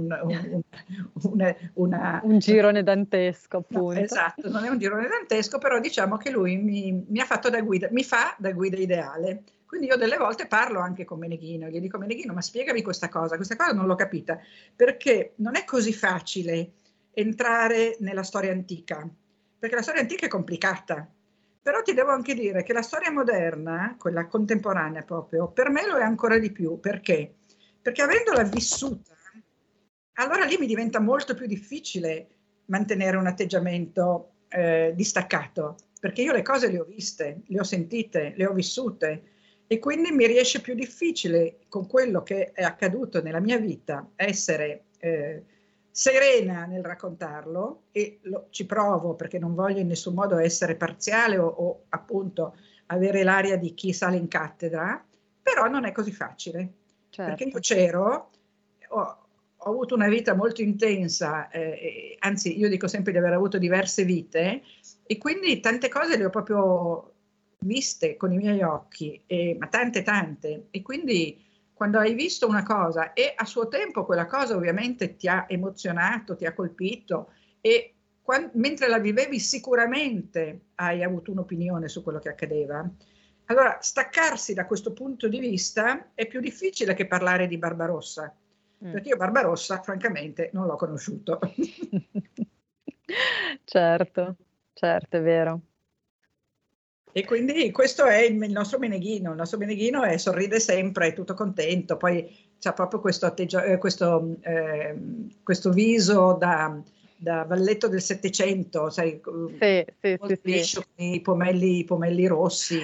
un girone dantesco, appunto. No, esatto, non è un girone dantesco, però diciamo che lui mi ha fatto da guida, mi fa da guida ideale. Quindi io delle volte parlo anche con Meneghino, gli dico: Meneghino, ma spiegami questa cosa non l'ho capita, perché non è così facile entrare nella storia antica, perché la storia antica è complicata. Però ti devo anche dire che la storia moderna, quella contemporanea proprio, per me lo è ancora di più. Perché? Perché avendola vissuta, allora lì mi diventa molto più difficile mantenere un atteggiamento distaccato, perché io le cose le ho viste, le ho sentite, le ho vissute, e quindi mi riesce più difficile, con quello che è accaduto nella mia vita, essere serena nel raccontarlo, e ci provo perché non voglio in nessun modo essere parziale o appunto avere l'aria di chi sale in cattedra, però non è così facile. Certo. Perché io c'ero, ho avuto una vita molto intensa, anzi io dico sempre di aver avuto diverse vite, e quindi tante cose le ho proprio viste con i miei occhi, ma tante, e quindi quando hai visto una cosa e a suo tempo quella cosa ovviamente ti ha emozionato, ti ha colpito, e mentre la vivevi sicuramente hai avuto un'opinione su quello che accadeva. Allora, staccarsi da questo punto di vista è più difficile che parlare di Barbarossa, perché io Barbarossa, francamente, non l'ho conosciuto. Certo, è vero. E quindi questo è il nostro Meneghino. Il nostro Meneghino sorride sempre, è tutto contento, poi c'ha proprio questo viso da valletto del Settecento, sai, molto liscio, con i pomelli rossi.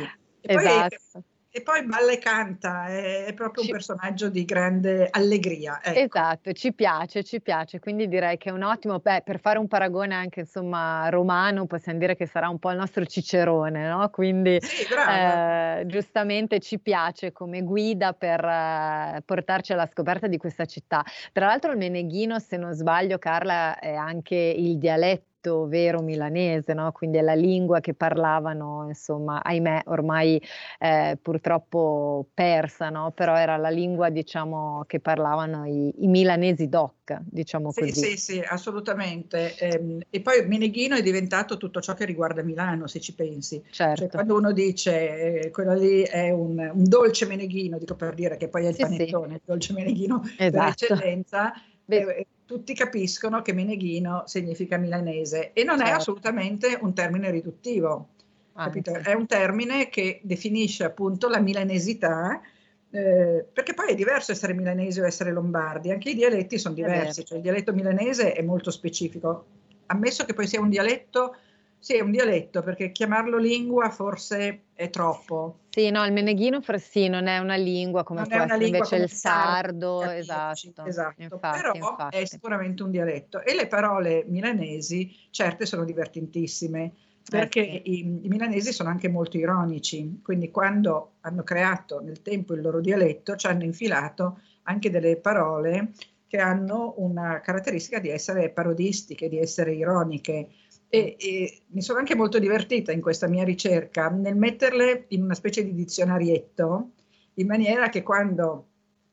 E poi balla e canta, è proprio un personaggio di grande allegria. Ecco. Esatto, ci piace, quindi direi che è un ottimo, per fare un paragone anche insomma romano, possiamo dire che sarà un po' il nostro Cicerone, no? Quindi sì, giustamente ci piace come guida per portarci alla scoperta di questa città. Tra l'altro il Meneghino, se non sbaglio Carla, è anche il dialetto vero milanese, no? Quindi è la lingua che parlavano, insomma, ahimè, ormai purtroppo persa, no? Però era la lingua, diciamo, che parlavano i milanesi doc, diciamo così. Sì, assolutamente. E poi Meneghino è diventato tutto ciò che riguarda Milano, se ci pensi. Certo. Cioè, quando uno dice quello lì è un dolce Meneghino, dico per dire che poi è il panettone, il dolce Meneghino per eccellenza, tutti capiscono che Meneghino significa milanese, e non è assolutamente un termine riduttivo, capito? È un termine che definisce appunto la milanesità, perché poi è diverso essere milanesi o essere lombardi, anche i dialetti sono diversi, cioè il dialetto milanese è molto specifico, ammesso che poi sia un dialetto. Sì, è un dialetto, perché chiamarlo lingua forse è troppo. Sì, no, il Meneghino sì, non è una lingua come può essere invece il sardo, esatto. Però è sicuramente un dialetto, e le parole milanesi certe sono divertentissime, perché i milanesi sono anche molto ironici, quindi quando hanno creato nel tempo il loro dialetto ci hanno infilato anche delle parole che hanno una caratteristica di essere parodistiche, di essere ironiche. E mi sono anche molto divertita in questa mia ricerca nel metterle in una specie di dizionarietto, in maniera che quando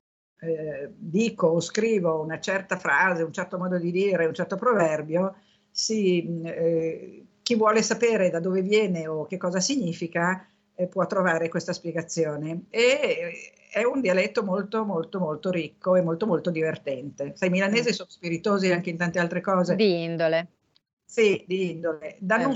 dico o scrivo una certa frase, un certo modo di dire, un certo proverbio, chi vuole sapere da dove viene o che cosa significa può trovare questa spiegazione. E è un dialetto molto molto molto ricco e molto molto divertente. Sai, i milanesi sono spiritosi anche in tante altre cose. Di indole. Sì, di indole. Danno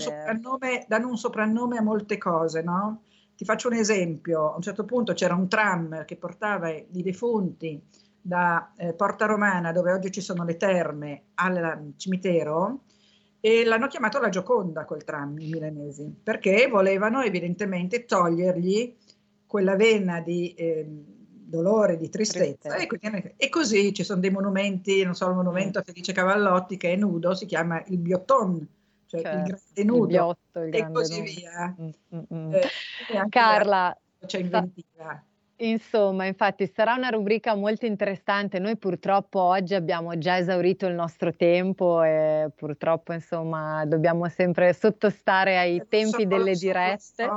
un soprannome a molte cose, no? Ti faccio un esempio. A un certo punto c'era un tram che portava i defunti da Porta Romana, dove oggi ci sono le terme, al cimitero, e l'hanno chiamato la Gioconda quel tram, i milanesi, perché volevano evidentemente togliergli quella vena di dolore, di tristezza. E così ci sono dei monumenti, non so, il monumento a Felice Cavallotti che è nudo, si chiama il Biotton, cioè il grande nudo, il biotto, il grande così nudo. Via. Carla, c'è inventiva. Insomma, infatti sarà una rubrica molto interessante. Noi purtroppo oggi abbiamo già esaurito il nostro tempo e purtroppo insomma dobbiamo sempre sottostare ai tempi delle dirette.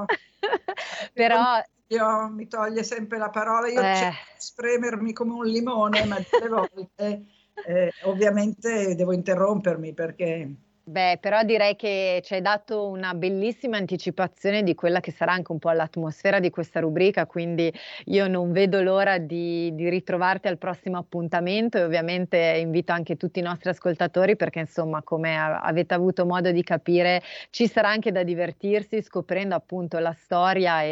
Però mi toglie sempre la parola, io cerco di spremermi come un limone, ma delle volte ovviamente devo interrompermi perché... Beh, però direi che ci hai dato una bellissima anticipazione di quella che sarà anche un po' l'atmosfera di questa rubrica, quindi io non vedo l'ora di ritrovarti al prossimo appuntamento e ovviamente invito anche tutti i nostri ascoltatori perché insomma, come avete avuto modo di capire, ci sarà anche da divertirsi scoprendo appunto la storia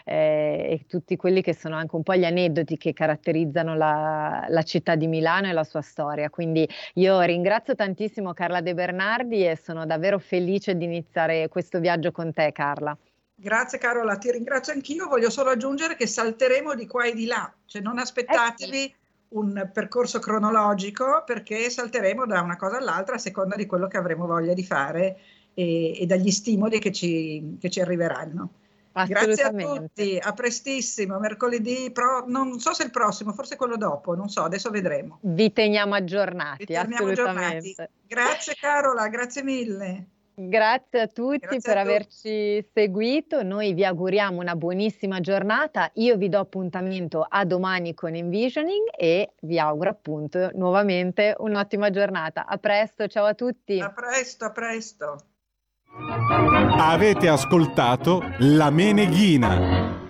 e tutti quelli che sono anche un po' gli aneddoti che caratterizzano la città di Milano e la sua storia. Quindi io ringrazio tantissimo Carla De Bernardi e sono davvero felice di iniziare questo viaggio con te, Carla. Grazie Carola, ti ringrazio anch'io. Voglio solo aggiungere che salteremo di qua e di là, cioè non aspettatevi un percorso cronologico perché salteremo da una cosa all'altra a seconda di quello che avremo voglia di fare e dagli stimoli che ci arriveranno. Grazie a tutti, a prestissimo, mercoledì, non so se il prossimo, forse quello dopo, non so, adesso vedremo. Vi teniamo aggiornati, assolutamente. Grazie Carola, grazie mille. Grazie a tutti per averci seguito, noi vi auguriamo una buonissima giornata, io vi do appuntamento a domani con Envisioning e vi auguro appunto nuovamente un'ottima giornata. A presto, ciao a tutti. A presto, a presto. Avete ascoltato La Meneghina.